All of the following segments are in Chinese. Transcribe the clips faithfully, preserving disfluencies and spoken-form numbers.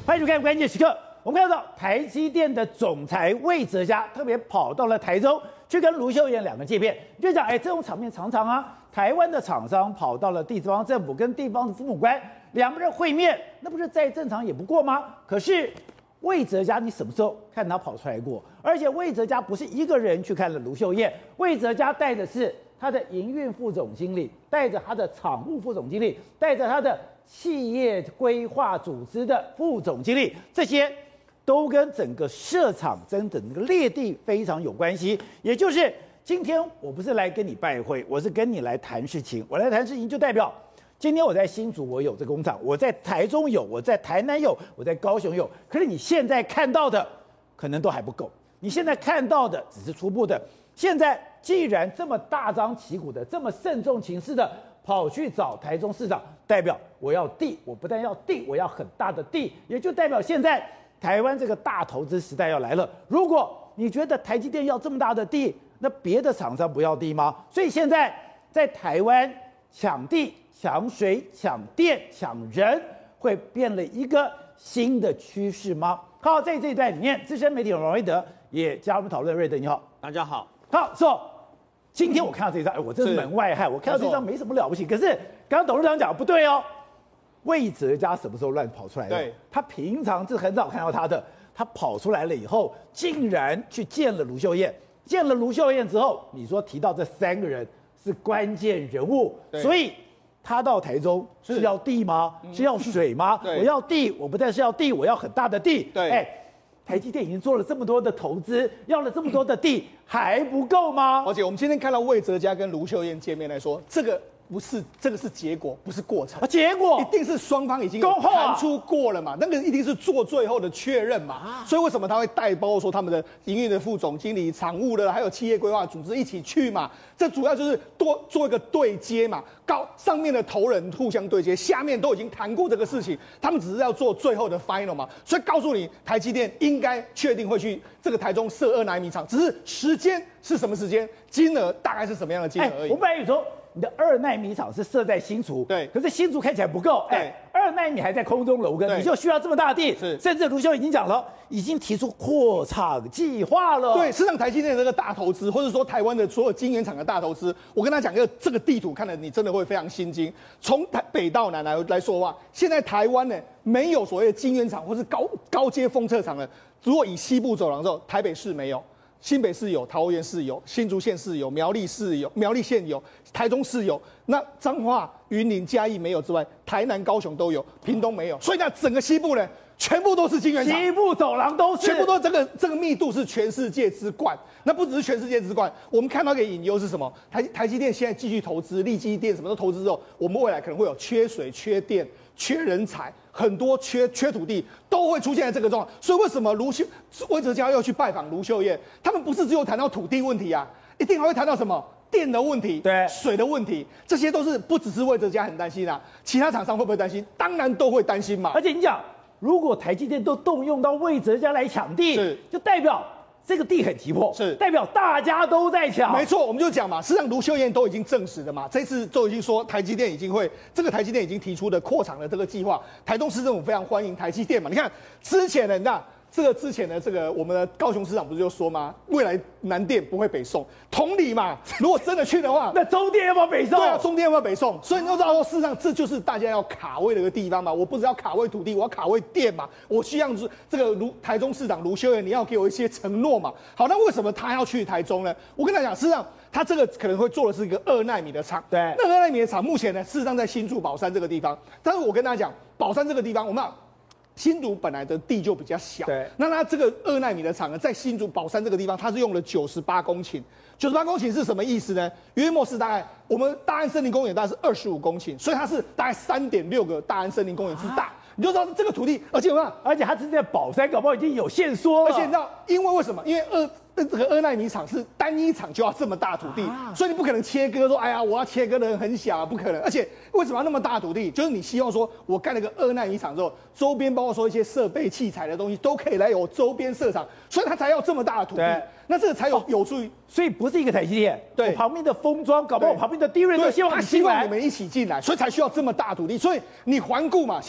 欢迎收看关键时刻。我们看到台积电的总裁魏哲家特别跑到了台中，去跟卢秀燕两个见面。就讲，哎，这种场面常常啊，台湾的厂商跑到了地方政府跟地方的父母官两个人会面，那不是再正常也不过吗？可是魏哲家，你什么时候看他跑出来过？而且魏哲家不是一个人去看了卢秀燕，魏哲家带的是他的营运副总经理，带着他的厂务副总经理，带着他的企业规划组织的副总经理，这些都跟整个设厂整整个列地非常有关系。也就是今天我不是来跟你拜会，我是跟你来谈事情。我来谈事情就代表今天我在新竹我有这个工厂，我在台中有，我在台南有，我在高雄有。可是你现在看到的可能都还不够，你现在看到的只是初步的。现在既然这么大张旗鼓的，这么慎重其事的跑去找台中市长，代表我要地，我不但要地，我要很大的地，也就代表现在台湾这个大投资时代要来了。如果你觉得台积电要这么大的地，那别的厂商不要地吗？所以现在在台湾抢地、抢水、抢电、抢人，会变了一个新的趋势吗？好，在这一段里面，资深媒体人王瑞德也加入讨论。瑞德，你好。 大家好。 好，so, 今天我看到这张，哎，我真是门外汉。我看到这张没什么了不起，可是刚刚董事长讲不对哦。魏哲家什么时候乱跑出来的？ 对， 他平常是很少看到他的，他跑出来了以后，竟然去见了卢秀燕。见了卢秀燕之后，你说提到这三个人是关键人物，所以他到台中是要地吗？是, 是要水吗？我要地，我不但是要地，我要很大的地。 对， 哎。台积电已经做了这么多的投资，要了这么多的地，还不够吗？ 而且我们今天看到魏哲家跟卢秀燕见面来说，这个不是这个是结果，不是过程。 啊、结果一定是双方已经谈出过了嘛，那个一定是做最后的确认嘛。啊、所以为什么他会带包说他们的营运的副总经理、常务的，还有企业规划组织一起去嘛？这主要就是多做一个对接嘛，高上面的头人互相对接，下面都已经谈过这个事情，他们只是要做最后的 final 嘛。所以告诉你，台积电应该确定会去这个台中设二奈米厂，只是时间是什么时间，金额大概是什么样的金额而已。 哎、我本来有说你的二奈米厂是设在新竹， 对， 可是新竹看起来不够，哎，二奈米还在空中楼阁，你就需要这么大地， 是， 甚至卢秀已经讲了，已经提出扩厂计划了。 对，事实上台积电的这个大投资，或者说台湾的所有晶圆厂的大投资，我跟他讲一个这个地图，看了你真的会非常心惊。从台北到南来来说的话，现在台湾呢没有所谓的晶圆厂或是高高阶封测厂了。如果以西部走廊之后，台北市没有。新北市有，桃园市有，新竹县市有，苗栗市有，苗栗县有，台中市有。那彰化、云林、嘉义没有之外，台南、高雄都有，屏东没有。所以呢，整个西部呢，全部都是晶圆厂， 西部走廊都是， 全部都这个这个密度是全世界之冠。那不只是全世界之冠，我们看到一个隐忧是什么？台台积电现在继续投资，力积电什么都投资之后，我们未来可能会有缺水、缺电、缺人才。很多缺缺土地都会出现在这个状况，所以为什么卢秀魏哲家要去拜访卢秀燕？他们不是只有谈到土地问题啊，一定还会谈到什么电的问题、 对水的问题，这些都是不只是魏哲家很担心啊，其他厂商会不会担心？当然都会担心嘛。 而且你讲，如果台积电都动用到魏哲家来抢地， 是就代表这个地很急迫， 是代表大家都在抢。 没错，我们就讲嘛，事实上卢秀燕都已经证实了嘛，这次都已经说台积电已经会，这个台积电已经提出的扩厂的这个计划，台东市政府非常欢迎台积电嘛。你看之前的那这个之前的这个我们的高雄市长不是就说吗？未来南电不会北送，同理嘛，如果真的去的话， 那中电要不要北送？ 对啊，中电要不要北送？所以你就知道说，事实上这就是大家要卡位的一个地方嘛。我不只要卡位土地，我要卡位电嘛。我需要这个卢台中市长卢秀燕，你要给我一些承诺嘛。好，那为什么他要去台中呢？我跟他讲，事实上他这个可能会做的是一个二奈米的厂。 对， 那二奈米的厂目前呢，事实上在新竹宝山这个地方，但是我跟他讲，宝山这个地方，我们。新竹本来的地就比较小， 对， 那它这个二奈米的厂呢，在新竹宝山这个地方，它是用了九十八公顷。九十八公顷是什么意思呢？约莫是大概我们大安森林公园大概是二十五公顷，所以它是大概三点六个大安森林公园之大。啊、你就知道这个土地，而且有没有？ 而且它是在宝山，搞不好已经有限缩了。 而且你知道，因为为什么？因为二。这个二奈米厂是单一厂就要这么大土地，啊、所以你不可能切割说，哎呀，我要切割的很小，不可能。而且为什么要那么大土地？就是你希望说，我盖了个二奈米厂之后，周边包括说一些设备器材的东西都可以来有周边设厂，所以它才要这么大的土地。那这个才有有助于， 所以不是一个台积电， 对， 旁边的封装，搞不好旁边的低润都希望他希望你们一起进来，所以才需要这么大土地。所以你环顾嘛，现在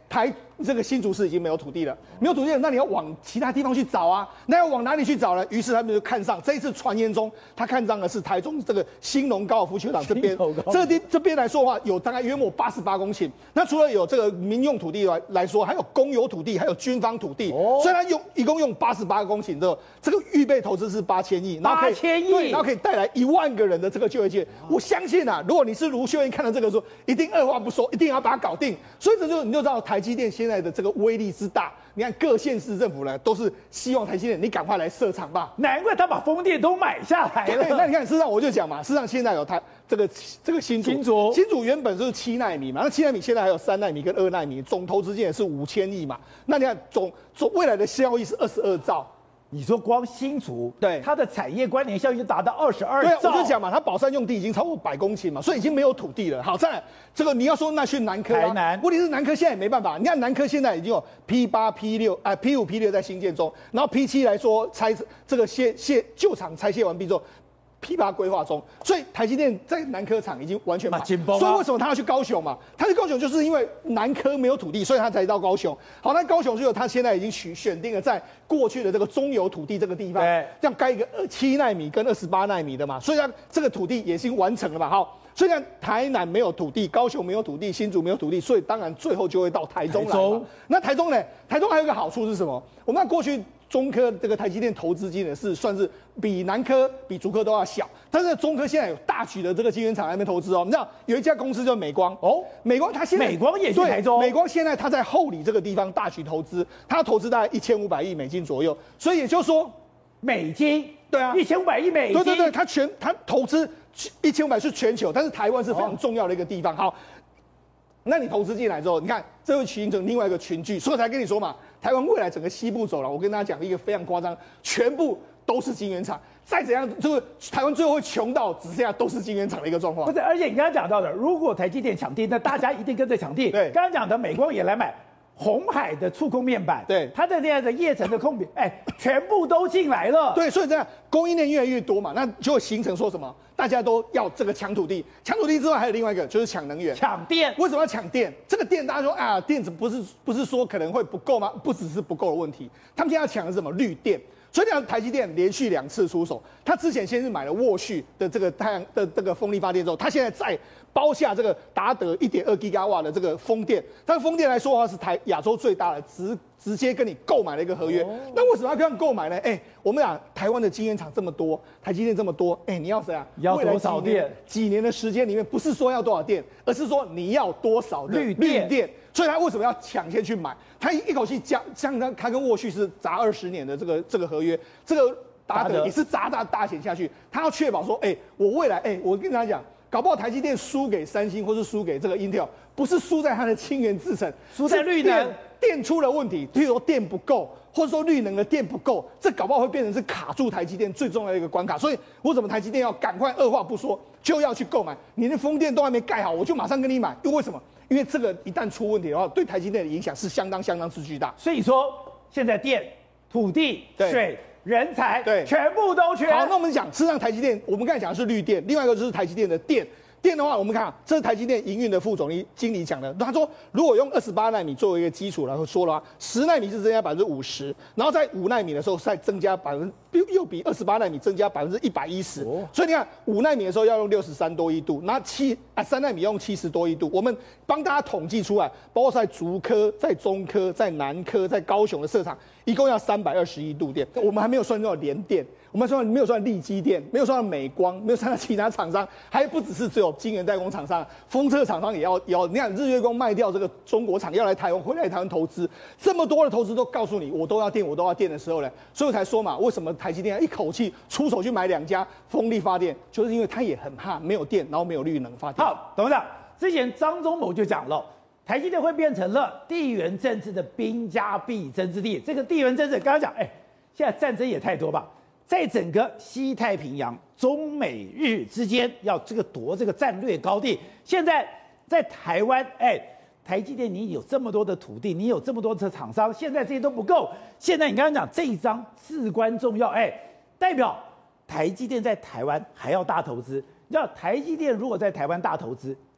台这个新竹市已经没有土地了，没有土地了，那你要往其他地方去找啊，那要往哪里去找呢？于是他们就看上这一次传言中，他看上的是台中这个兴隆高尔夫球场这边，这个地这边来说的话，有大概约莫八十八公顷。那除了有这个民用土地来来说，还有公有土地，还有军方土地，哦、所以他用一共用八十八公顷之后，这个预备投资是八千亿， 八千亿， 对，然后可以带来一万个人的这个就业机会。我相信啊，如果你是卢秀燕看到这个说，一定二话不说，一定要把它搞定。所以这就你就知道台积电现在的这个威力之大。你看各县市政府呢，都是希望台积电你赶快来设厂吧。 难怪他把风电都买下来了。 那你看，事实上我就讲嘛，事实上现在有台这个这个新竹， 新竹新竹原本就是七奈米嘛，那七奈米现在还有三奈米跟二奈米，总投资金也是五千亿嘛。那你看总总未来的效益是二十二兆。 你说光新竹， 对它的产业关联效益就达到二十二兆。 对，我就讲嘛，它宝山用地已经超过百公顷嘛，所以已经没有土地了。好，再来这个你要说那去南科、啊， 台南， 问题是南科现在也没办法。你看南科现在已经有 P 八、P 六啊 P 五、P 六在新建中，然后 P 七来说拆这个卸卸旧厂拆卸完毕之后。P 八规划中，所以台积电在南科厂已经完全满， 紧绷啊、 所以为什么他要去高雄嘛？他去高雄就是因为南科没有土地，所以他才到高雄。好，那高雄就有他现在已经选选定了在过去的这个中油土地这个地方，这样盖一个二七奈米跟二十八奈米的嘛，所以它这个土地也已经完成了嘛。好，所以呢，台南没有土地，高雄没有土地，新竹没有土地，所以当然最后就会到台中来嘛。那台中呢？台中还有一个好处是什么？我们看过去。中科这个台积电投资金呢是算是比南科、比竹科都要小，但是中科现在有大举的这个晶圆厂在那边投资哦。你知道有一家公司叫美光哦，美光它现在美光也去台中， 美光现在它在后里这个地方大举投资，它投资大概一千五百亿美金左右，所以也就是说美金对啊， 一千五百亿美金， 对对对，它全它投资一千五百是全球，但是台湾是非常重要的一个地方。好。那你投资进来之后，你看这会形成另外一个群聚，所以才跟你说嘛，台湾未来整个西部走廊，我跟大家讲一个非常夸张，全部都是晶圆厂，再怎样，就是台湾最后会穷到只剩下都是晶圆厂的一个状况。 不是，而且你刚刚讲到的，如果台积电抢地，那大家一定跟着抢地。 对， 刚刚讲的美光也来买鸿海的触控面板， 对， 它的这样的液层的控笔，哎，全部都进来了。 对，所以这样供应链越来越多嘛，那就会形成说什么？大家都要这个抢土地，抢土地之外还有另外一个就是抢能源、 抢电。 为什么要抢电？这个电大家说啊，电子不是不是说可能会不够吗？不只是不够的问题，他们现在要抢的是什么？绿电。所以讲台积电连续两次出手，他之前先是买了沃旭的这个太阳的这个风力发电之后，他现在再包下这个达德一点二吉瓦的这个风电，但风电来说的话是台亚洲最大的，直直接跟你购买了一个合约。哦、那为什么要这样购买呢？哎、欸，我们讲台湾的晶圆厂这么多，台积电这么多，哎、欸，你要谁啊？ 要多少电？ 几年的时间里面，不是说要多少电，而是说你要多少的绿电。 绿电。所以他为什么要抢先去买？他一口气将像他他跟沃旭是砸二十年的这个这个合约，这个达德也是砸大大钱下去，他要确保说，哎、欸，我未来，哎、欸，我跟大家讲，搞不好台积电输给三星或是输给这个 Intel， 不是输在它的晶圆制程， 输在绿能电出了问题，譬如说电不够，或者说绿能的电不够，这搞不好会变成是卡住台积电最重要的一个关卡。所以为什么台积电要赶快二话不说就要去购买？你的风电都还没盖好，我就马上跟你买，因为为什么？因为这个一旦出问题的话，对台积电的影响是相当相当之巨大。 所以说，现在电、土地、水、人才， 对， 全部都缺。 好，那我们讲，事实上台积电，我们刚才讲的是绿电，另外一个就是台积电的电。电的话，我们看，这是台积电营运的副总理经理讲的。他说，如果用二十八奈米作为一个基础来说的话，十奈米是增加百分之五十，然后在五奈米的时候再增加百分，又比二十八奈米增加百分之一百一十。所以你看，五奈米的时候要用六十三多亿度，那七啊三奈米要用七十多亿度。我们帮大家统计出来，包括在竹科、在中科、在南科、在高雄的设厂，一共要三百二十亿度电。我们还没有算到联电。我们说没有算力积电，没有算到美光，没有算到其他厂商，还不只是只有晶圆代工厂商，封测厂商也要也要。你看日月光卖掉这个中国厂，要来台湾，回来台湾投资，这么多的投资都告诉你，我都要电，我都要电的时候呢，所以我才说嘛，为什么台积电一口气出手去买两家风力发电，就是因为他也很怕没有电，然后没有绿能发电。 好，董事长，之前张忠谋就讲了。台积电会变成了地缘政治的兵家必争之地。这个地缘政治，刚刚讲，哎，现在战争也太多吧？在整个西太平洋、中美日之间，要这个夺这个战略高地。现在在台湾，哎，台积电你有这么多的土地，你有这么多的厂商，现在这些都不够。现在你刚刚讲这一张至关重要，哎，代表台积电在台湾还要大投资。你知道台积电如果在台湾大投资，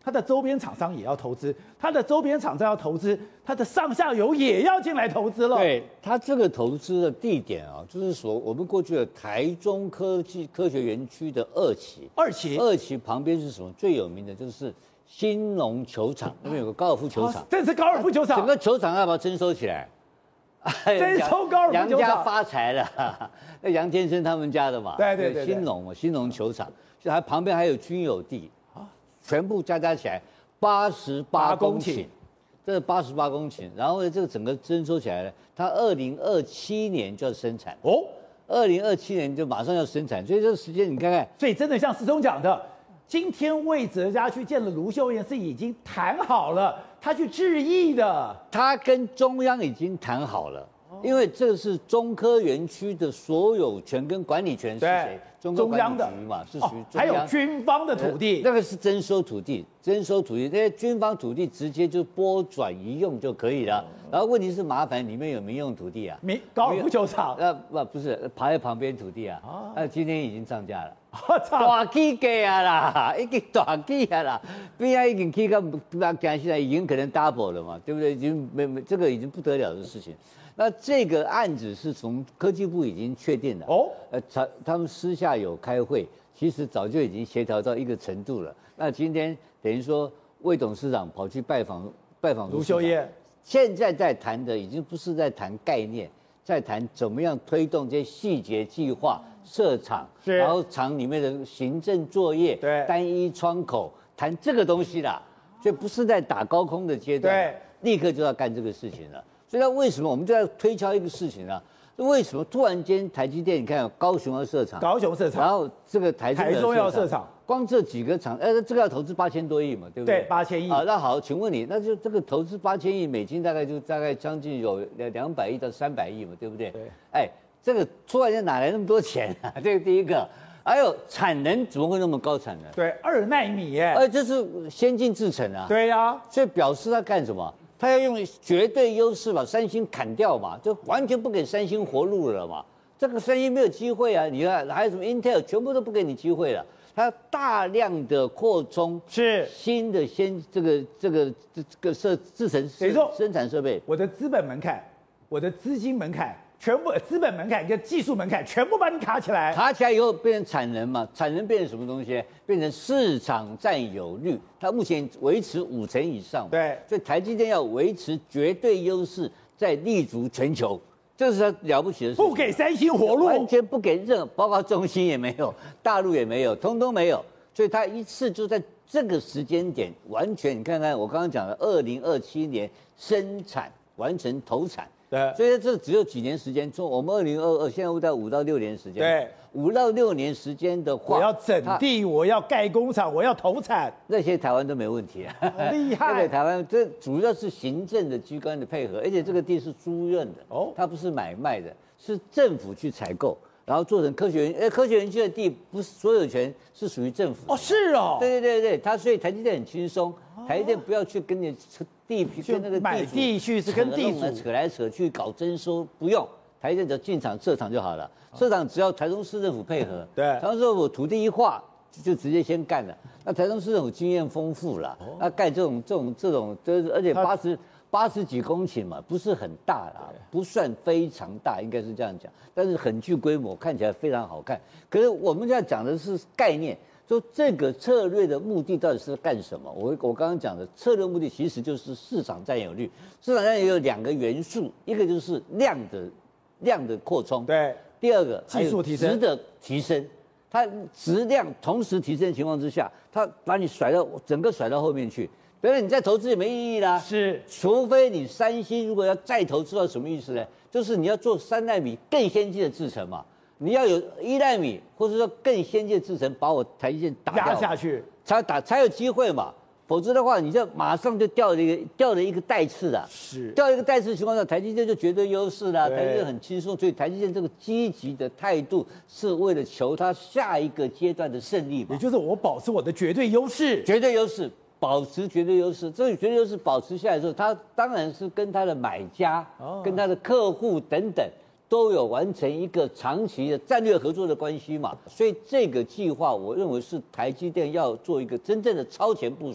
它的周边厂商也要投资，它的周边厂商要投资，它的上下游也要进来投资了。 对，它这个投资的地点啊，就是说我们过去的台中科技科学园区的二期， 二期， 二期旁边是什么？最有名的就是兴农球场，那边有个高尔夫球场， 哦、这是高尔夫球场， 整个球场要把它征收起来。 征收高尔夫球场， 杨家发财了，那杨天生他们家的嘛， 对对对， 兴农嘛，兴农球场，就还旁边还有军有地啊，全部加加起来八十八公顷，这是八十八公顷，然后呢，这个整个征收起来呢，它二零二七年就要生产哦，二零二七年就马上要生产，所以这个时间你看看， 所以真的像时中讲的，今天魏哲家去见了卢秀燕是已经谈好了。他去致意的， 他跟中央已经谈好了，因为这是中科园区的所有权跟管理权是谁？ 中央的嘛，是属于中央。 还有军方的土地， 那个是征收土地，征收土地，那些军方土地直接就拨转移用就可以了。然后问题是麻烦里面有民用土地啊， 民高尔夫球场， 呃不不是排在旁边土地啊，那今天已经涨价了。 大起价啊啦，已经大起啊啦，边啊已经起到那讲现在已经可能 double 了嘛，对不对？已经没没这个已经不得了的事情。那这个案子是从科技部已经确定了哦，呃，他他们私下有开会，其实早就已经协调到一个程度了。那今天等于说魏董事长跑去拜访拜访卢秀燕， 现在在谈的已经不是在谈概念，在谈怎么样推动这些细节计划。设厂，然后厂里面的行政作业， 对， 单一窗口，谈这个东西啦，所以不是在打高空的阶段， 对， 立刻就要干这个事情了。所以，他为什么我们就要推敲一个事情呢？为什么突然间台积电，你看高雄要设厂， 高雄设厂， 然后这个台中台中要设厂， 光这几个厂，呃，这个要投资八千多亿嘛，对不对？ 对，八千亿。 啊，那好，请问你，那就这个投资八千亿美金，大概就大概将近有两两百亿到三百亿嘛，对不对？ 对， 哎。这个突然间哪来那么多钱啊？这个第一个，还有产能怎么会那么高产能？ 对，二奈米耶， 而这是先进制程啊。 对呀、啊， 所以表示他干什么？他要用绝对优势把三星砍掉嘛，就完全不给三星活路了嘛。这个三星没有机会啊！你看还有什么 Intel， 全部都不给你机会了。它大量的扩充是新的先这个这个这个设制程生产设备， 我的资本门槛，我的资金门槛。全部资本门槛跟技术门槛全部把你卡起来， 卡起来以后变成产能嘛，产能变成什么东西？变成市场占有率，它目前维持五成以上。 对， 所以台积电要维持绝对优势，在立足全球，这是它了不起的事情。 不给三星活路， 完全不给任何，包括中芯也没有，大陆也没有，通通没有。所以它一次就在这个时间点，完全你看看我刚刚讲的，二零二七年生产完成投产。 对， 所以这只有几年时间，从我们二零二二现在在五到六年时间， 对， 五到六年时间的话， 我要整地，我要盖工厂，我要投产， 那些台湾都没问题啊， 厉害。 对，台湾这主要是行政的机关的配合，而且这个地是租赁的，哦，它不是买卖的，是政府去采购，然后做成科学园，呃，科学园区的地不是所有权是属于政府哦，是哦， 对对对对，它所以台积电很轻松，台积电不要去跟你地跟那个买地去是跟地主扯来扯去搞征收，不用，台积电只要进场设厂就好了，设厂只要台中市政府配合， 对， 台中市政府土地一划就直接先干了，那台中市政府经验丰富了，那盖这种这种这种，就是而且八十八十几公顷嘛，不是很大啦，不算非常大，应该是这样讲，但是很具规模，看起来非常好看。可是我们现在讲的是概念。说这个策略的目的到底是干什么？我我刚刚讲的策略目的其实就是市场占有率。市场占有率有两个元素，一个就是量的量的扩充， 对； 第二个技术提升， 质的提升。它质量同时提升的情况之下，它把你甩到整个甩到后面去，别人你再投资也没意义啦。 是， 除非你三星如果要再投资到什么意思呢？就是你要做三奈米更先进的制程嘛。你要有一奈米，或者说更先进的制程，把我台积电打掉压下去， 才打才有机会嘛。否则的话，你就马上就掉了一个掉了一个带刺啊。 是掉了一个带刺的情况下，台积电就绝对优势啦。台积电很轻松，所以台积电这个积极的态度是为了求它下一个阶段的胜利嘛。 也就是我保持我的绝对优势， 绝对优势，保持绝对优势。这个绝对优势保持下来之后，它当然是跟它的买家、哦、跟它的客户等等。都有完成一个长期的战略合作的关系嘛，所以这个计划我认为是台积电要做一个真正的超前部署。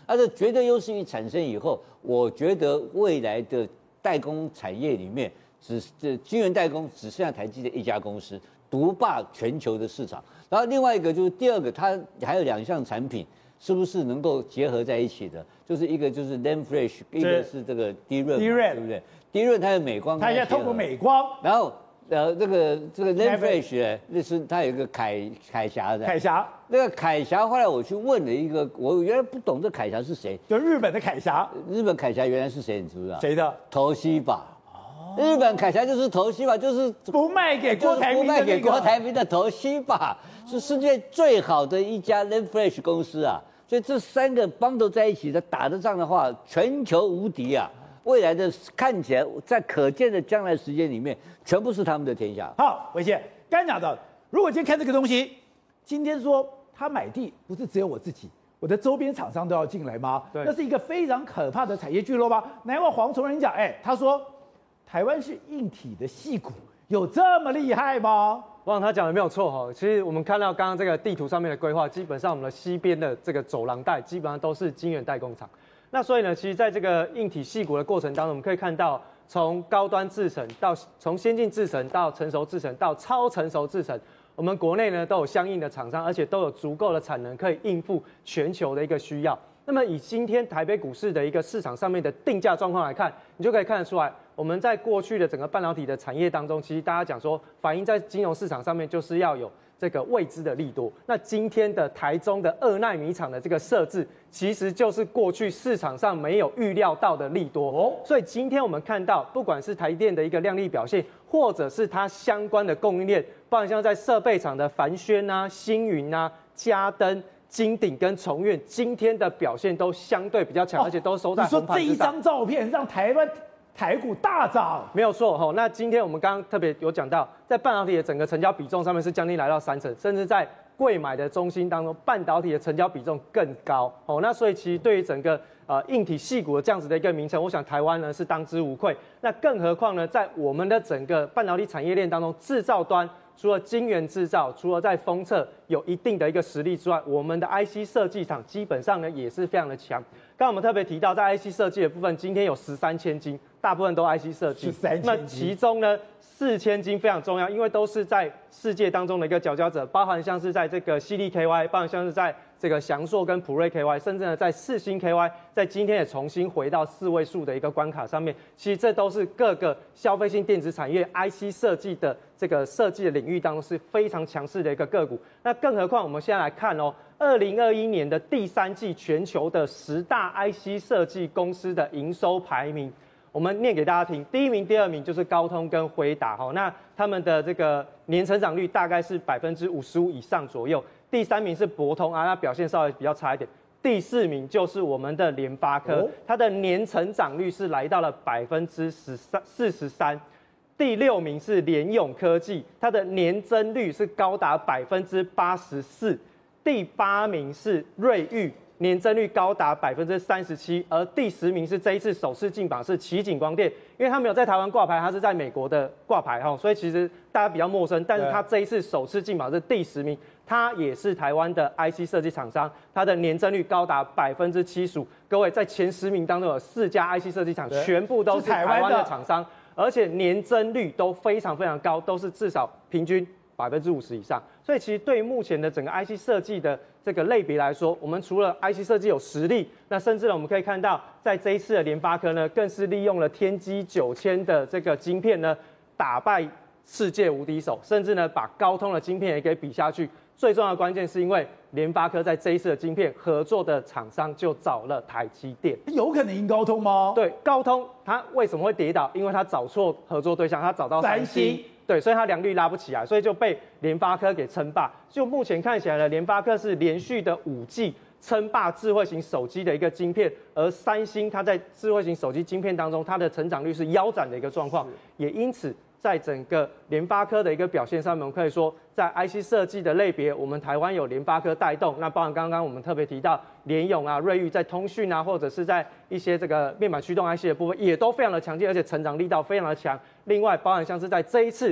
它的绝对优势一产生以后，我觉得未来的代工产业里面，只这晶圆代工只剩下台积电一家公司独霸全球的市场。然后另外一个就是第二个，它还有两项产品。是不是能够结合在一起的？就是一个就是 Lam Fresh， 一个是这个低润，低润对不对？低润它有美光， 它现在透过美光， 然后呃这个这个 Lam Fresh 那是它有一个凯凯霞的， 凯霞那个凯霞后来我去问了一个，我原来不懂这凯霞是谁， 就日本的凯霞， 日本凯霞原来是谁？你知不知道？ 谁的？ 头西吧。日本凯霞就是头西吧，就是不卖给郭台铭的、那个、 不卖给郭台铭的头西吧，是世界最好的一家 Lam Fresh 公司啊。所以这三个帮斗在一起的打得仗的话，全球无敌啊！未来的看起来，在可见的将来时间里面，全部是他们的天下。 好，伟杰刚才讲到，如果今天看这个东西，今天说他买地不是只有我自己，我的周边厂商都要进来吗？ 对， 那是一个非常可怕的产业聚落吧？难怪黄崇仁讲，哎，他说台湾是硬体的矽谷，有这么厉害吗？ 忘他讲的没有错哈，其实我们看到刚刚这个地图上面的规划，基本上我们的西边的这个走廊带基本上都是晶圆代工厂。那所以呢，其实在这个硬体矽谷的过程当中，我们可以看到，从高端制程到从先进制程到成熟制程到超成熟制程，我们国内呢都有相应的厂商，而且都有足够的产能可以应付全球的一个需要。那么以今天台北股市的一个市场上面的定价状况来看，你就可以看得出来，我们在过去的整个半导体的产业当中，其实大家讲说，反映在金融市场上面就是要有这个未知的利多。那今天的台中的二奈米厂的这个设置，其实就是过去市场上没有预料到的利多。哦，所以今天我们看到，不管是台积电的一个亮丽表现，或者是它相关的供应链，包含像在设备厂的凡轩啊、星云啊、嘉登。金鼎跟重院今天的表现都相对比较强，哦、而且都收在红盘之上。 你说这一张照片让台湾台股大涨， 没有错哈。那今天我们刚刚特别有讲到，在半导体的整个成交比重上面是将近来到三成，甚至在柜买的中心当中，半导体的成交比重更高哦。那所以其实对于整个呃硬体矽谷的这样子的一个名称，我想台湾呢是当之无愧。那更何况呢，在我们的整个半导体产业链当中，制造端。除了晶圆制造，除了在封测有一定的一个实力之外，我们的 I C 设计厂基本上呢也是非常的强。刚刚我们特别提到，在 I C 设计的部分，今天有十三千金，大部分都 I C 设计。那其中呢，四千金非常重要，因为都是在世界当中的一个佼佼者，包含像是在这个矽力 K Y， 包含像是在这个翔硕跟普瑞 K Y， 甚至呢在世芯 K Y， 在今天也重新回到四位数的一个关卡上面。其实这都是各个消费性电子产业 I C 设计的这个设计的领域当中是非常强势的一个个股。那更何况我们现在来看哦，二零二一年的第三季全球的十大 I C 设计公司的营收排名。我们念给大家听，第一名、第二名就是高通跟辉达，哈，那他们的这个年成长率大概是百分之五十五以上左右。第三名是博通啊，那表现稍微比较差一点。第四名就是我们的联发科，哦、它的年成长率是来到了百分之十三四十三。第六名是联咏科技，它的年增率是高达百分之八十四。第八名是瑞昱。年增率高达百分之三十七，而第十名是这一次首次进榜是奇景光电，因为它没有在台湾挂牌，它是在美国的挂牌哈，所以其实大家比较陌生。但是它这一次首次进榜是第十名，它也是台湾的 I C 设计厂商，它的年增率高达百分之七十五。各位在前十名当中有四家 I C 设计厂，全部都是台湾的厂商，而且年增率都非常非常高，都是至少平均百分之五十以上。所以其实对于目前的整个 I C 设计的这个类别来说，我们除了 I C 设计有实力，那甚至呢，我们可以看到，在这一次的联发科呢，更是利用了天玑九千的这个晶片呢，打败世界无敌手，甚至呢，把高通的晶片也给比下去。最重要的关键是因为联发科在这一次的晶片合作的厂商就找了台积电， 有可能赢高通吗？ 对，高通它为什么会跌倒？因为它找错合作对象，它找到三星。对，所以它良率拉不起来，所以就被联发科给称霸。就目前看起来呢，联发科是连续的五季称霸智慧型手机的一个晶片，而三星它在智慧型手机晶片当中，它的成长率是腰斩的一个状况，也因此在整个联发科的一个表现上面，我们可以说在 I C 设计的类别，我们台湾有联发科带动，那包含刚刚我们特别提到联咏啊、瑞昱在通讯啊，或者是在一些这个面板驱动 I C 的部分，也都非常的强劲，而且成长力道非常的强。另外，包含像是在这一次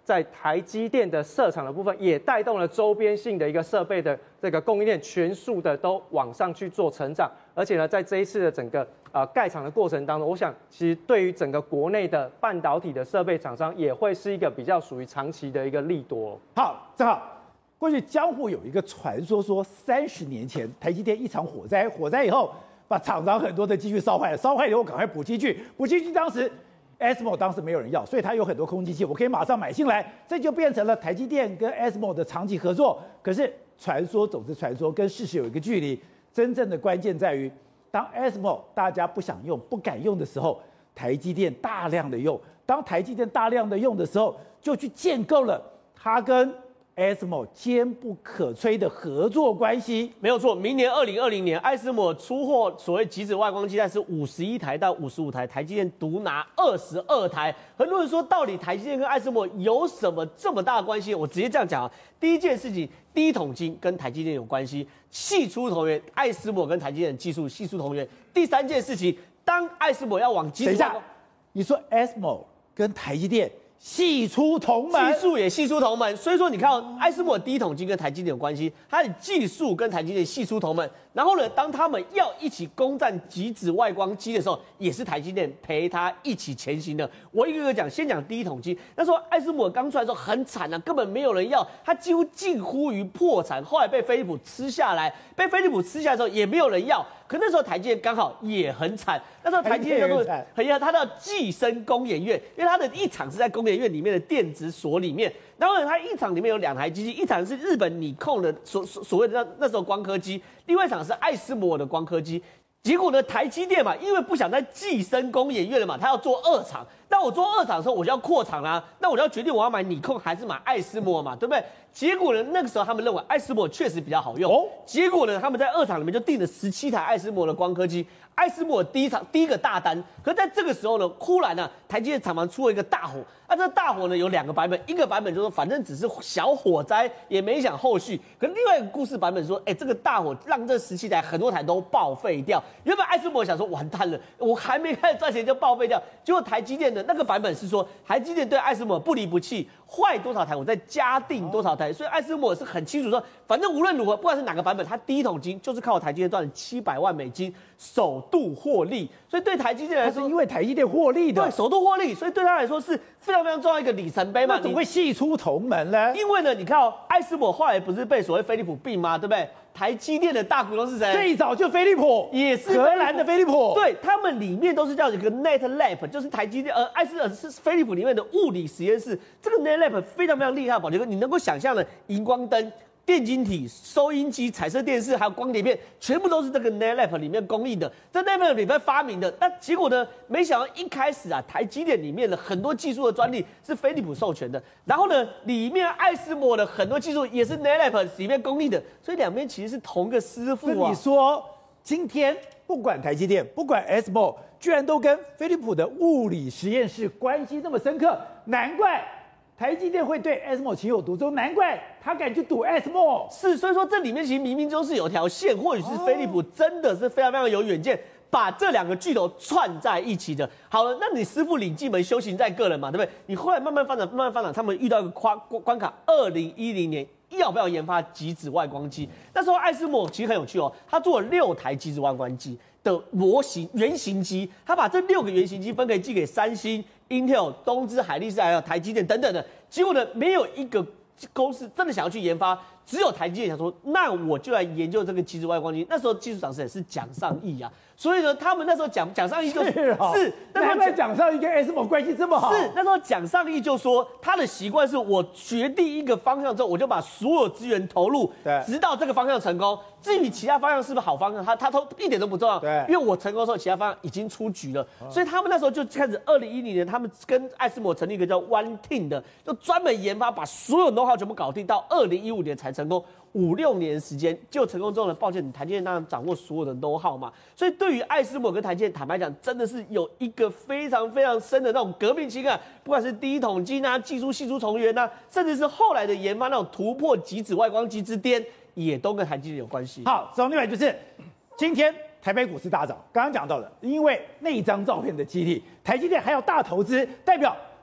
在台积电的设厂的部分，也带动了周边性的一个设备的这个供应链全数的都往上去做成长。而且呢，在这一次的整个呃盖厂的过程当中，我想其实对于整个国内的半导体的设备厂商，也会是一个比较属于长期的一个利多。 好，正好。过去江湖有一个传说，说三十年前台积电一场火灾，火灾以后把厂商很多的机具烧坏了，烧坏以后赶快补机具，补机具当时 A S M O 当时没有人要，所以它有很多空机器，我可以马上买进来，这就变成了台积电跟 A S M O 的长期合作。可是传说总是传说，跟事实有一个距离，真正的关键在于，当 A S M O 大家不想用、不敢用的时候，台积电大量的用，当台积电大量的用的时候，就去建构了它跟A S M O 坚不可摧的合作关系。 没有错，明年二零二零年，艾斯摩出货所谓极紫外光机带是五十一台到五十五台，台积电独拿二十二台。很多人说，到底台积电跟艾斯摩有什么这么大的关系？我直接这样讲啊，第一件事情，第一桶金跟台积电有关系，系出同源，艾斯摩跟台积电技术系出同源。第三件事情，当艾斯摩要往极紫外光， 你说 A S M O 跟台积电系出同门， 技术也系出同门，所以说你看哦，艾斯摩第一桶金跟台积电有关系，它的技术跟台积电系出同门。然后呢，当他们要一起攻占极紫外光机的时候，也是台积电陪他一起前行的。我一个个讲，先讲第一桶金。那时候艾斯摩刚出来的时候很惨啊，根本没有人要，它几乎近乎于破产。后来被飞利浦吃下来，被飞利浦吃下来的时候也没有人要。可那时候台积电刚好也很惨，那时候台积电叫做很厉害，它叫寄生工研院，因为它的一厂是在工研院里面的电子所里面。然后呢，它一厂里面有两台机器，一厂是日本尼控的所所所谓的那那时候光刻机，另外一场是艾斯摩的光刻机。结果呢，台积电嘛，因为不想再寄生工研院了嘛，他要做二厂。那我做二厂的时候，我就要扩厂啦，那我就要决定我要买尼控还是买艾斯摩嘛，对不对？结果呢，那个时候他们认为艾斯摩确实比较好用。哦，结果呢，他们在二厂里面就订了十七台艾斯摩的光刻机。艾斯摩第一场第一个大单，可是在这个时候呢，忽然呢、啊，台积电厂房出了一个大火。那、啊、这个大火呢有两个版本，一个版本就说反正只是小火灾，也没想后续。可另外一个故事版本说，哎，这个大火让这十七台很多台都报废掉。原本艾斯摩想说完蛋了，我还没开始赚钱就报废掉。结果台积电的那个版本是说，台积电对艾斯摩不离不弃，坏多少台我再加订多少台。所以艾斯摩是很清楚说，反正无论如何，不管是哪个版本，它第一桶金就是靠台积电赚了七百万美金首度获利。所以对台积电来说， 是因为台积电获利的， 对首度获利，所以对他来说是非常非常重要一个里程碑嘛。 那怎么会系出同门呢？ 因为呢，你看哦，艾斯摩后来不是被所谓飞利浦并吗？对不对？台积电的大股东是谁？ 最早就飞利浦， 也是荷兰的飞利浦。 对，他们里面都是叫一个 Net Lab， 就是台积电呃艾斯呃是飞利浦里面的物理实验室。这个 Net Lab 非常非常厉害，宝杰哥，你能够想象的荧光灯、电晶体、收音机、彩色电视，还有光碟片，全部都是这个 Net Lab 里面供应的，在 Net Lab 里面发明的。那结果呢？没想到一开始啊，台积电里面的很多技术的专利是飞利浦授权的，然后呢，里面艾斯摩的很多技术也是 Net Lab 里面供应的，所以两边其实是同个师傅啊。 你说今天不管台积电，不管 A S M O， 居然都跟飞利浦的物理实验室关系那么深刻，难怪台积电会对 A S M O 情有独钟，难怪他敢去赌 A S M O。 是，所以说这里面其实冥冥中是有条线，或许是飞利浦真的是非常非常有远见，把这两个巨头串在一起的。好了，那你师傅领进门，修行在个人嘛，对不对？你后来慢慢发展，慢慢发展，他们遇到一个关关卡，二零一零年。要不要研发极紫外光机？那时候艾斯摩其实很有趣哦，他做了六台极紫外光机的模型原型机，他把这六个原型机分给寄给三星、Intel、东芝、海力士还有台积电等等的，结果呢，没有一个公司真的想要去研发，只有台积电想说，那我就来研究这个极紫外光机。那时候技术长是也是蒋尚义啊，所以呢，他们那时候蒋蒋尚义就是、哦、 是那时候蒋尚义跟 A S M O 关系这么好， 是那时候蒋尚义就说，他的习惯是我决定一个方向之后，我就把所有资源投入，直到这个方向成功。至于其他方向是不是好方向，他他都一点都不重要， 对， 因为我成功的时候，其他方向已经出局了。哦、所以他们那时候就开始，二零一零年，他们跟艾斯摩成立一个叫 One Team 的，就专门研发，把所有 know-how 全部搞定，到二零一五年才成功。五六年时间就成功之后呢，抱歉，你台积电当然掌握所有的 know-how 嘛，所以对于艾斯摩跟台积电，坦白讲，真的是有一个非常非常深的那种革命情感，不管是第一桶金啊、技术系出重圆啊，甚至是后来的研发那种突破极紫外光机之巅，也都跟台积电有关系。 好，总另外就是今天台北股市大涨，刚刚讲到的，因为那一张照片的激励，台积电还有大投资，代表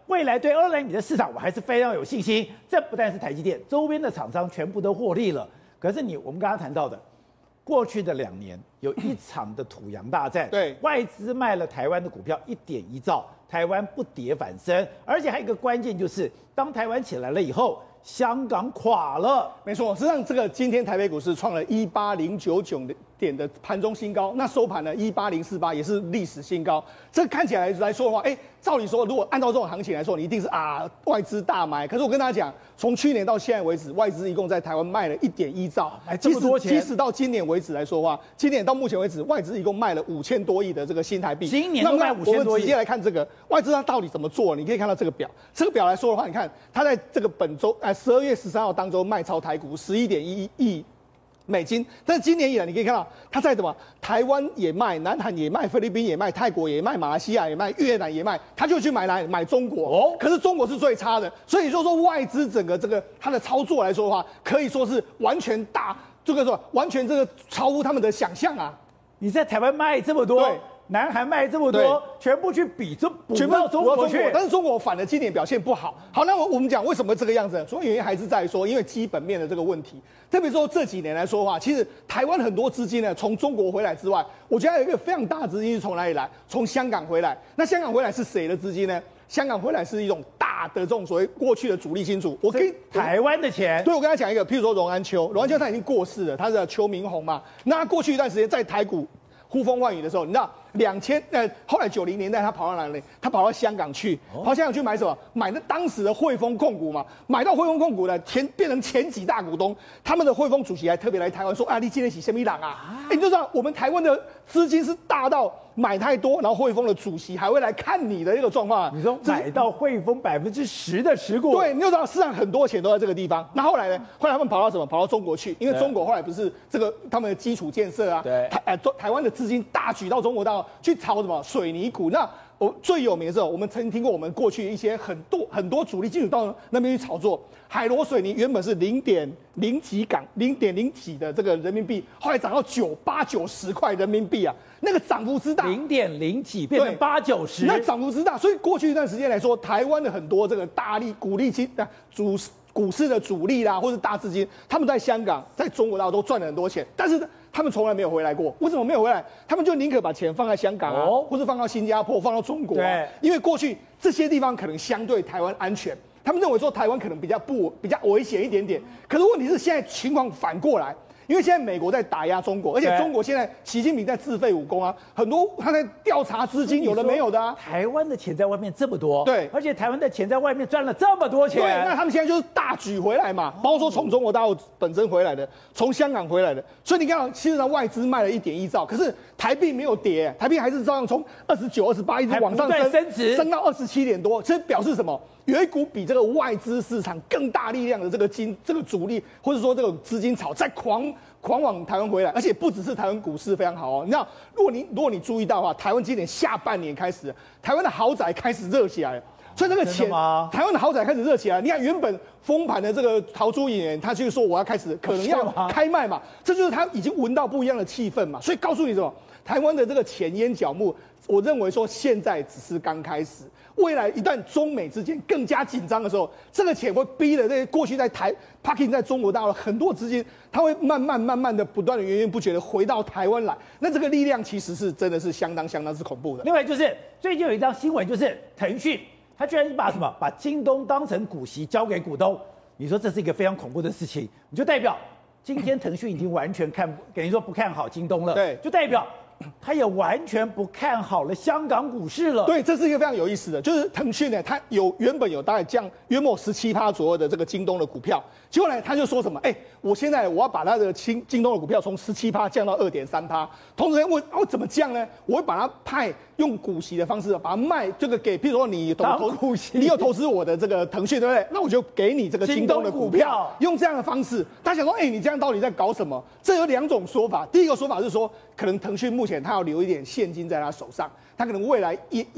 未来对二奈米的市场我还是非常有信心。这不但是台积电，周边的厂商全部都获利了。可是你我们刚刚谈到的，过去的两年有一场的土洋大战， 对， 外资卖了台湾的股票一点一兆，台湾不跌反升，而且还有一个关键就是，当台湾起来了以后，香港垮了。 没错，实际上这个今天台北股市创了一八零九九点的盘中新高，那收盘呢一八零四八也是历史新高。这看起来来说的话，哎，照理说如果按照这种行情来说，你一定是啊外资大买。可是我跟大家讲，从去年到现在为止，外资一共在台湾卖了一点一兆， 买这么多钱。 即使到今年为止来说的话，今年到目前为止，外资一共卖了五千多亿的这个新台币。 今年都卖五千多亿。 我们直接来看这个外资它到底怎么做？你可以看到这个表，这个表来说的话，你看它在这个本周哎十二月十三号当周卖超台股十一点一亿美金，但是今年以来，你可以看到它在什么？台湾也卖，南韩也卖，菲律宾也卖，泰国也卖，马来西亚也卖，越南也卖，他就去买来买中国。哦，可是中国是最差的，所以就说外资整个这个它的操作来说的话，可以说是完全大这个说完全这个超乎他们的想象啊！ 你在台湾卖这么多。对，南韩卖这么多，全部去比这补到中国去， 但是中国反而今年表现不好。好，那我我们讲为什么这个样子？主要原因还是在于说，因为基本面的这个问题。特别说这几年来说的话，其实台湾很多资金呢，从中国回来之外，我觉得还有一个非常大的资金是从哪里来？从香港回来。那香港回来是谁的资金呢？香港回来是一种大的这种所谓过去的主力金主。我跟台湾的钱。 对，我跟他讲一个，譬如说荣安秋，荣安秋他已经过世了，他是邱明宏嘛。那过去一段时间在台股呼风唤雨的时候，你知道两千呃，后来九零年代他跑到哪里？他跑到香港去，跑到香港去买什么？买那当时的汇丰控股嘛，买到汇丰控股的前变成前几大股东，他们的汇丰主席还特别来台湾说啊，你今天起什么档啊？哎、欸，你就知道我们台湾的资金是大到买太多，然后汇丰的主席还会来看你的一个状况、啊。 你说买到汇丰百分之十的持股， 对，你就知道市场很多钱都在这个地方。那后来呢？后来他们跑到什么？跑到中国去，因为中国后来不是这个他们的基础建设啊， 对， 台呃台湾的资金大举到中国大陆去炒什么水泥股。那我最有名的是，我们曾经听过我们过去一些很多很多主力金主到那边去炒作。海螺水泥原本是零点零几港零点零几的这个人民币，后来涨到九八九十块人民币啊，那个涨幅之大， 零点零几变成八九十， 那涨幅之大。所以过去一段时间来说，台湾的很多这个大力股力金啊主股市的主力啦，或是大资金，他们在香港、在中国大陆都赚了很多钱，但是他们从来没有回来过。为什么没有回来？他们就宁可把钱放在香港啊，哦、或是放到新加坡、放到中国、啊。 对， 因为过去这些地方可能相对台湾安全。他们认为说台湾可能比较不比较危险一点点，可是问题是现在情况反过来，因为现在美国在打压中国，而且中国现在习近平在自废武功啊，很多他在调查资金，有的没有的啊。 台湾的钱在外面这么多， 对， 而且台湾的钱在外面赚了这么多钱， 对，那他们现在就是大举回来嘛，包括说从中国大陆本身回来的，从香港回来的，所以你看，其实上外资卖了一点一兆，可是台币没有跌，台币还是照样从二十九、二十八一直往上升， 升值， 升到二十七点多，这表示什么？有一股比这个外资市场更大力量的这个金这个主力，或者说这个资金潮在狂狂往台湾回来，而且不只是台湾股市非常好哦。你知道，如果你如果你注意到的话，台湾今年下半年开始，台湾的豪宅开始热起来了。所以这个钱，台湾的豪宅开始热起来。你看，原本封盘的这个陶朱演员，他就说我要开始可能要开卖嘛，这就是他已经闻到不一样的气氛嘛。所以告诉你什么，台湾的这个钱淹脚目，我认为说现在只是刚开始。未来一旦中美之间更加紧张的时候，这个钱会逼的这些过去在台 parking 在中国大陆很多资金，它会慢慢慢慢的不断的源源不绝的回到台湾来。那这个力量其实是真的是相当相当之恐怖的。 另外就是最近有一张新闻，就是腾讯，他居然把什么把京东当成股息交给股东，你说这是一个非常恐怖的事情，你就代表今天腾讯已经完全看等于说不看好京东了， 对， 就代表他也完全不看好了香港股市了。 对，这是一个非常有意思的，就是腾讯呢，它有原本有大概降约莫十七趴左右的这个京东的股票，结果呢，他就说什么？哎、欸，我现在我要把它的京京东的股票从十七趴降到二点三趴，同时我我怎么降呢？我会把它派用股息的方式把它卖这个给，譬如说你投股息， 你有投资我的这个腾讯，对不对？那我就给你这个京东的股票，用这样的方式。他想说，哎、欸，你这样到底在搞什么？这有两种说法，第一个说法是说，可能腾讯目前他要留一点现金在他手上，他可能未来一一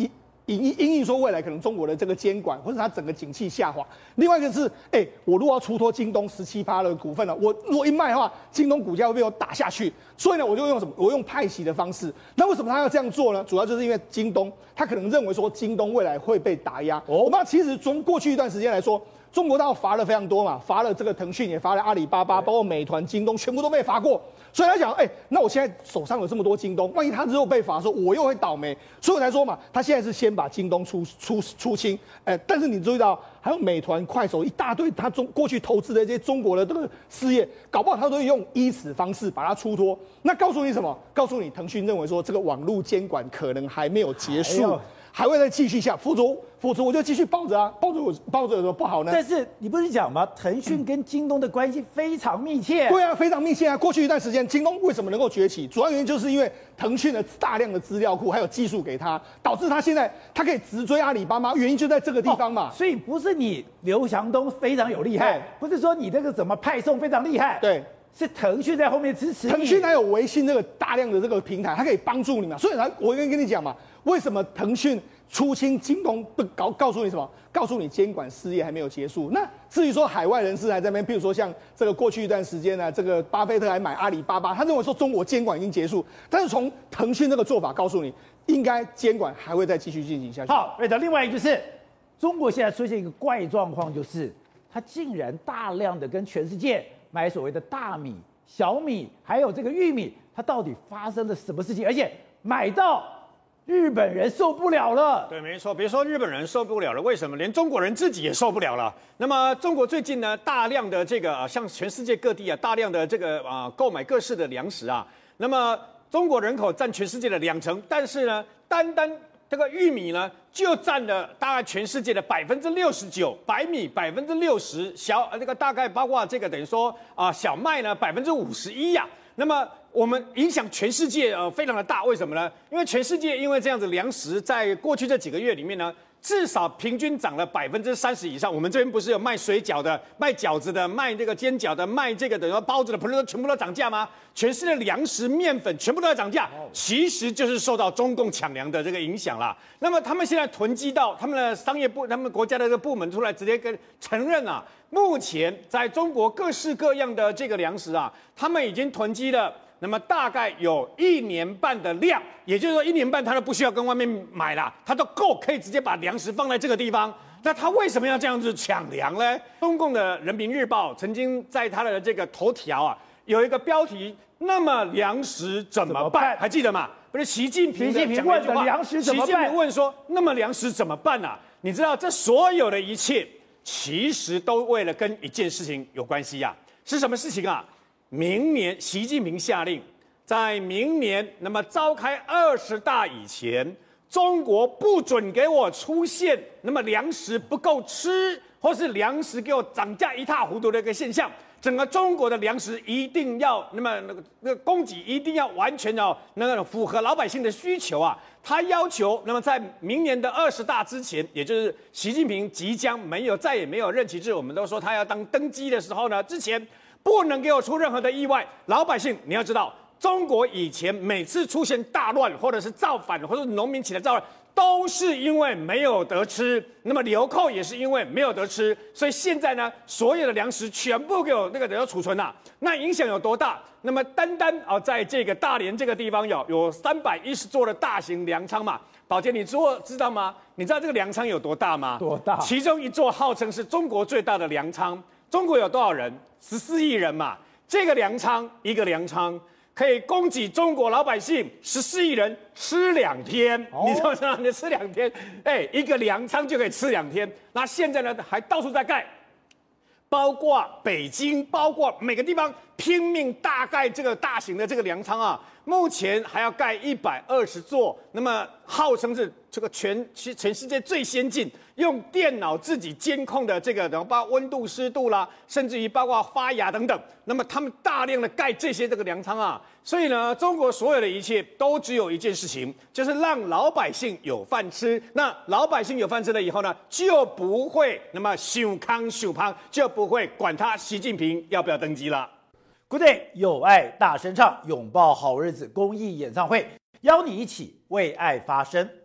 因因应说未来可能中国的这个监管或者它整个景气下滑。另外一个是，哎、欸，我如果要出脱京东十七趴的股份了，我如果一卖的话，京东股价会被我打下去。所以呢，我就用什么？我用派息的方式。那为什么他要这样做呢？主要就是因为京东，他可能认为说京东未来会被打压。哦、我们其实从过去一段时间来说。中国大陆罚了非常多嘛，罚了这个腾讯，也罚了阿里巴巴，包括美团、京东，全部都被罚过。所以他讲，哎、欸，那我现在手上有这么多京东，万一他之后被罚的时候，我又会倒霉。所以我才说嘛，他现在是先把京东出出出清，哎、欸，但是你注意到还有美团、快手一大堆，他中过去投资的这些中国的这个事业，搞不好他都会用依此方式把它出脱。那告诉你什么？告诉你，腾讯认为说这个网络监管可能还没有结束。哎还会再继续下，否则否则我就继续抱着啊，抱着我抱着有什么不好呢？ 但是你不是讲吗？腾讯跟京东的关系非常密切。 对啊，非常密切啊。过去一段时间，京东为什么能够崛起？主要原因就是因为腾讯的大量的资料库还有技术给他，导致他现在他可以直追阿里巴巴，原因就在这个地方嘛。 哦、所以不是你刘强东非常有厉害，不是说你这个怎么派送非常厉害， 对。 是腾讯在后面支持你， 腾讯还有微信这个大量的这个平台，它可以帮助你嘛。所以，我跟跟你讲嘛，为什么腾讯出清京东不告告诉你什么？告诉你监管事业还没有结束。那至于说海外人士还在那边，譬如说像这个过去一段时间呢，这个巴菲特还买阿里巴巴，他认为说中国监管已经结束，但是从腾讯这个做法告诉你，应该监管还会再继续进行下去。 好，瑞德，另外一个就是中国现在出现一个怪状况，就是它竟然大量的跟全世界买所谓的大米、小米，还有这个玉米，它到底发生了什么事情？而且买到日本人受不了了。 对，没错，别说日本人受不了了，为什么？连中国人自己也受不了了。那么中国最近呢，大量的这个、呃、像全世界各地啊，大量的这个啊、呃、购买各式的粮食啊。那么中国人口占全世界的两成，但是呢，单单这个玉米呢，就占了大概全世界的百分之六十九，白米百分之六十，小呃这个大概包括这个等于说啊、呃、小麦呢百分之五十一呀。那么我们影响全世界呃非常的大，为什么呢？因为全世界因为这样子粮食在过去这几个月里面呢，至少平均涨了百分之三十以上。我们这边不是有卖水饺的、卖饺子的、卖这个煎饺的、卖这个等于说包子的，不是都全部都涨价吗？全世界粮食、面粉全部都在涨价，其实就是受到中共抢粮的这个影响啦。那么他们现在囤积到他们的商业部、他们国家的这个部门出来直接跟承认啊，目前在中国各式各样的这个粮食啊，他们已经囤积了。那么大概有一年半的量，也就是说一年半他都不需要跟外面买了，他都够可以直接把粮食放在这个地方。那他为什么要这样子抢粮呢？中共的人民日报曾经在他的这个头条啊有一个标题，那么粮食怎么办？么办还记得吗？不是习近平习近平问的粮食怎么办？ 习近平问说，那么粮食怎么办啊？你知道这所有的一切其实都为了跟一件事情有关系呀、啊，是什么事情啊？明年，习近平下令，在明年那么召开二十大以前，中国不准给我出现那么粮食不够吃，或是粮食给我涨价一塌糊涂的一个现象。整个中国的粮食一定要那么那个那个供给一定要完全要那个符合老百姓的需求啊。他要求，那么在明年的二十大之前，也就是习近平即将没有再也没有任期制，我们都说他要当登基的时候呢，之前。不能给我出任何的意外，老百姓你要知道，中国以前每次出现大乱或者是造反或者是农民起来造乱，都是因为没有得吃，那么流寇也是因为没有得吃，所以现在呢，所有的粮食全部给我那个要储存啊，那影响有多大？那么单单啊，在这个大连这个地方有有三百一十座的大型粮仓嘛，宝杰，你知知道吗？你知道这个粮仓有多大吗？ 多大？其中一座号称是中国最大的粮仓。中国有多少人？十四亿人嘛。这个粮仓，一个粮仓可以供给中国老百姓十四亿人吃两天。哦、你知道吗？你吃两天，哎，一个粮仓就可以吃两天。那现在呢，还到处在盖，包括北京，包括每个地方拼命大盖这个大型的这个粮仓啊。目前还要盖一百二十座，那么号称是这个全全世界最先进，用电脑自己监控的这个，然后包括温度、湿度啦，甚至于包括发芽等等。那么他们大量的盖这些这个粮仓啊，所以呢，中国所有的一切都只有一件事情，就是让老百姓有饭吃。那老百姓有饭吃了以后呢，就不会那么想康想胖，就不会管他习近平要不要登基了。 Good day， 有爱大声唱，拥抱好日子公益演唱会，邀你一起为爱发声。